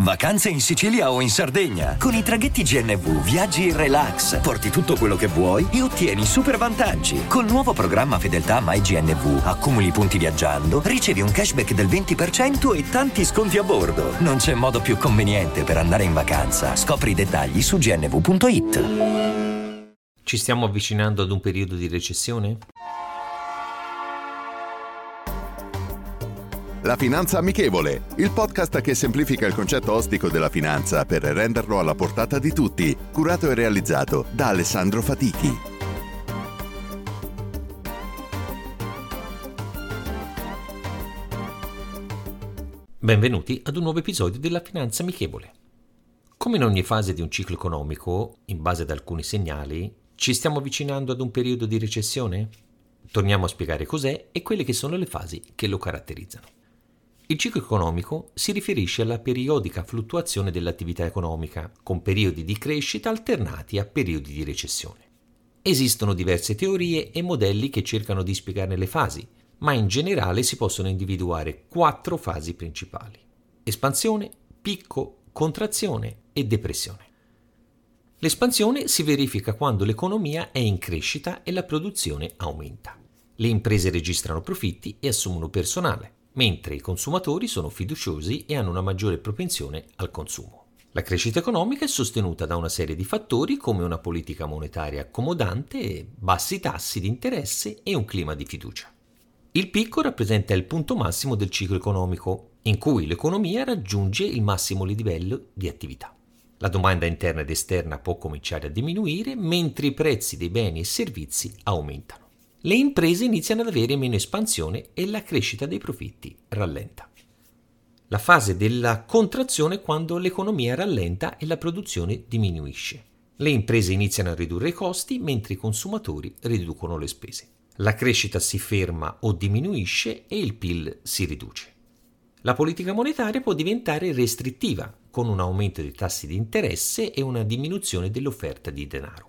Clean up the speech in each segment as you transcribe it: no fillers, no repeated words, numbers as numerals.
Vacanze in Sicilia o in Sardegna. Con i traghetti GNV viaggi in relax, porti tutto quello che vuoi e ottieni super vantaggi. Col nuovo programma Fedeltà MyGNV accumuli punti viaggiando, ricevi un cashback del 20% e tanti sconti a bordo. Non c'è modo più conveniente per andare in vacanza. Scopri i dettagli su gnv.it. Ci stiamo avvicinando ad un periodo di recessione? La Finanza Amichevole, il podcast che semplifica il concetto ostico della finanza per renderlo alla portata di tutti, curato e realizzato da Alessandro Fatichi. Benvenuti ad un nuovo episodio della Finanza Amichevole. Come in ogni fase di un ciclo economico, in base ad alcuni segnali, ci stiamo avvicinando ad un periodo di recessione? Torniamo a spiegare cos'è e quelle che sono le fasi che lo caratterizzano. Il ciclo economico si riferisce alla periodica fluttuazione dell'attività economica, con periodi di crescita alternati a periodi di recessione. Esistono diverse teorie e modelli che cercano di spiegarne le fasi, ma in generale si possono individuare 4 fasi principali: espansione, picco, contrazione e depressione. L'espansione si verifica quando l'economia è in crescita e la produzione aumenta. Le imprese registrano profitti e assumono personale, mentre i consumatori sono fiduciosi e hanno una maggiore propensione al consumo. La crescita economica è sostenuta da una serie di fattori come una politica monetaria accomodante, bassi tassi di interesse e un clima di fiducia. Il picco rappresenta il punto massimo del ciclo economico, in cui l'economia raggiunge il massimo livello di attività. La domanda interna ed esterna può cominciare a diminuire, mentre i prezzi dei beni e servizi aumentano. Le imprese iniziano ad avere meno espansione e la crescita dei profitti rallenta. La fase della contrazione è quando l'economia rallenta e la produzione diminuisce. Le imprese iniziano a ridurre i costi, mentre i consumatori riducono le spese. La crescita si ferma o diminuisce e il PIL si riduce. La politica monetaria può diventare restrittiva, con un aumento dei tassi di interesse e una diminuzione dell'offerta di denaro.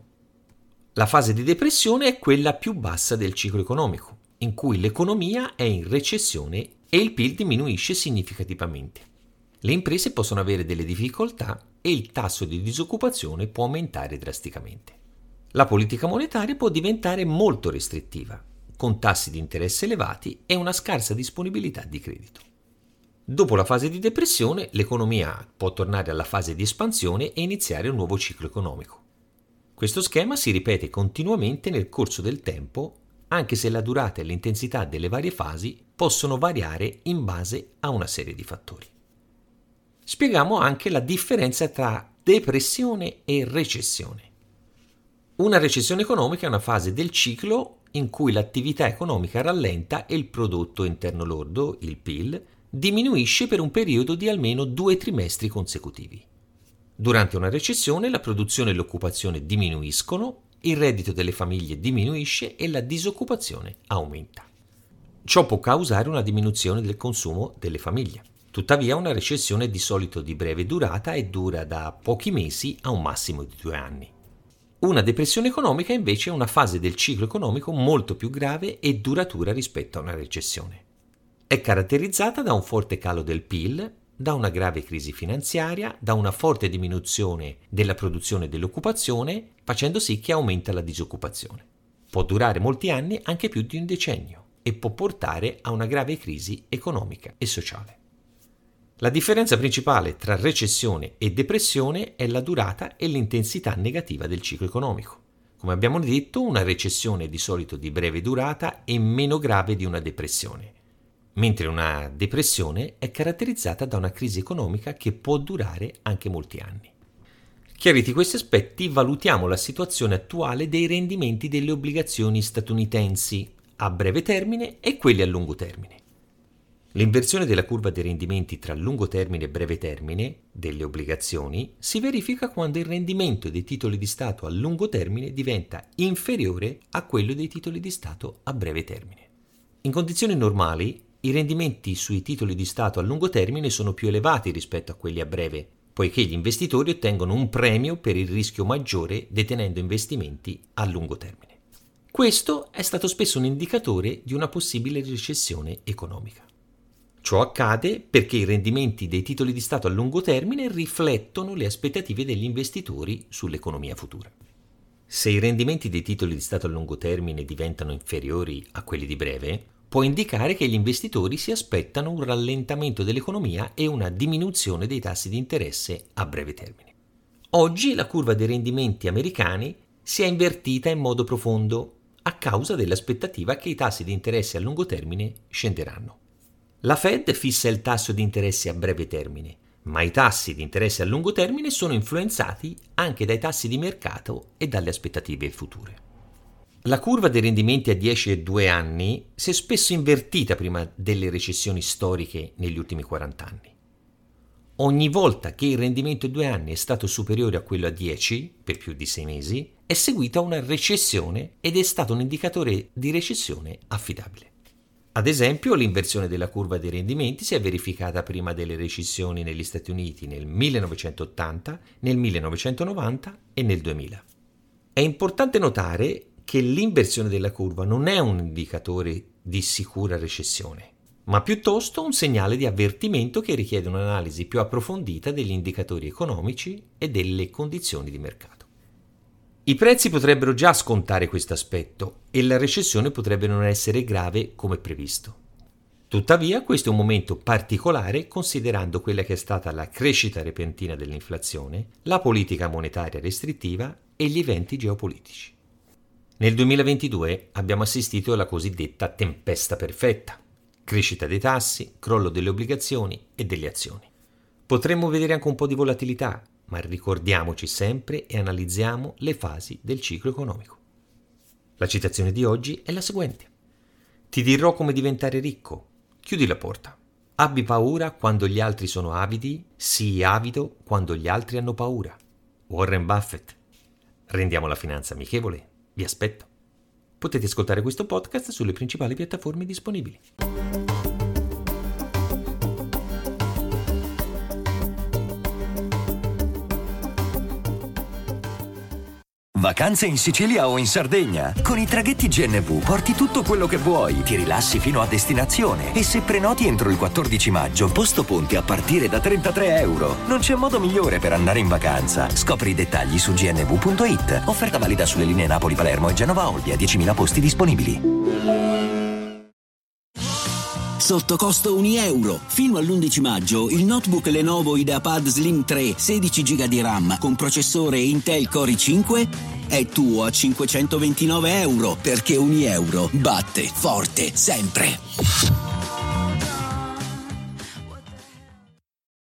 La fase di depressione è quella più bassa del ciclo economico, in cui l'economia è in recessione e il PIL diminuisce significativamente. Le imprese possono avere delle difficoltà e il tasso di disoccupazione può aumentare drasticamente. La politica monetaria può diventare molto restrittiva, con tassi di interesse elevati e una scarsa disponibilità di credito. Dopo la fase di depressione, l'economia può tornare alla fase di espansione e iniziare un nuovo ciclo economico. Questo schema si ripete continuamente nel corso del tempo, anche se la durata e l'intensità delle varie fasi possono variare in base a una serie di fattori. Spieghiamo anche la differenza tra depressione e recessione. Una recessione economica è una fase del ciclo in cui l'attività economica rallenta e il prodotto interno lordo, il PIL, diminuisce per un periodo di almeno 2 trimestri consecutivi. Durante una recessione la produzione e l'occupazione diminuiscono, il reddito delle famiglie diminuisce e la disoccupazione aumenta. Ciò può causare una diminuzione del consumo delle famiglie. Tuttavia una recessione è di solito di breve durata e dura da pochi mesi a un massimo di 2 anni. Una depressione economica invece è una fase del ciclo economico molto più grave e duratura rispetto a una recessione. È caratterizzata da un forte calo del PIL, da una grave crisi finanziaria, da una forte diminuzione della produzione e dell'occupazione, facendo sì che aumenta la disoccupazione. Può durare molti anni, anche più di un decennio, e può portare a una grave crisi economica e sociale. La differenza principale tra recessione e depressione è la durata e l'intensità negativa del ciclo economico. Come abbiamo detto, una recessione è di solito di breve durata e meno grave di una depressione, mentre una depressione è caratterizzata da una crisi economica che può durare anche molti anni. Chiariti questi aspetti, valutiamo la situazione attuale dei rendimenti delle obbligazioni statunitensi a breve termine e quelli a lungo termine. L'inversione della curva dei rendimenti tra lungo termine e breve termine delle obbligazioni si verifica quando il rendimento dei titoli di Stato a lungo termine diventa inferiore a quello dei titoli di Stato a breve termine. In condizioni normali, i rendimenti sui titoli di Stato a lungo termine sono più elevati rispetto a quelli a breve, poiché gli investitori ottengono un premio per il rischio maggiore detenendo investimenti a lungo termine. Questo è stato spesso un indicatore di una possibile recessione economica. Ciò accade perché i rendimenti dei titoli di Stato a lungo termine riflettono le aspettative degli investitori sull'economia futura. Se i rendimenti dei titoli di Stato a lungo termine diventano inferiori a quelli di breve, può indicare che gli investitori si aspettano un rallentamento dell'economia e una diminuzione dei tassi di interesse a breve termine. Oggi la curva dei rendimenti americani si è invertita in modo profondo a causa dell'aspettativa che i tassi di interesse a lungo termine scenderanno. La Fed fissa il tasso di interesse a breve termine, ma i tassi di interesse a lungo termine sono influenzati anche dai tassi di mercato e dalle aspettative future. La curva dei rendimenti a 10 e 2 anni si è spesso invertita prima delle recessioni storiche negli ultimi 40 anni. Ogni volta che il rendimento a 2 anni è stato superiore a quello a 10, per più di 6 mesi, è seguita una recessione ed è stato un indicatore di recessione affidabile. Ad esempio, l'inversione della curva dei rendimenti si è verificata prima delle recessioni negli Stati Uniti nel 1980, nel 1990 e nel 2000. È importante notare che l'inversione della curva non è un indicatore di sicura recessione, ma piuttosto un segnale di avvertimento che richiede un'analisi più approfondita degli indicatori economici e delle condizioni di mercato. I prezzi potrebbero già scontare questo aspetto e la recessione potrebbe non essere grave come previsto. Tuttavia, questo è un momento particolare considerando quella che è stata la crescita repentina dell'inflazione, la politica monetaria restrittiva e gli eventi geopolitici. Nel 2022 abbiamo assistito alla cosiddetta tempesta perfetta, crescita dei tassi, crollo delle obbligazioni e delle azioni. Potremmo vedere anche un po' di volatilità, ma ricordiamoci sempre e analizziamo le fasi del ciclo economico. La citazione di oggi è la seguente. Ti dirò come diventare ricco. Chiudi la porta. Abbi paura quando gli altri sono avidi, sii avido quando gli altri hanno paura. Warren Buffett. Rendiamo la finanza amichevole. Vi aspetto. Potete ascoltare questo podcast sulle principali piattaforme disponibili. Vacanze in Sicilia o in Sardegna? Con i traghetti GNV porti tutto quello che vuoi, ti rilassi fino a destinazione e se prenoti entro il 14 maggio, posto ponti a partire da €33. Non c'è modo migliore per andare in vacanza. Scopri i dettagli su gnv.it. Offerta valida sulle linee Napoli-Palermo e Genova-Olbia, 10.000 posti disponibili. Sotto costo €1. Fino all'11 maggio il notebook Lenovo IdeaPad Slim 3 16 GB di RAM con processore Intel Core i5 è tuo a €529 perché €1 batte forte sempre.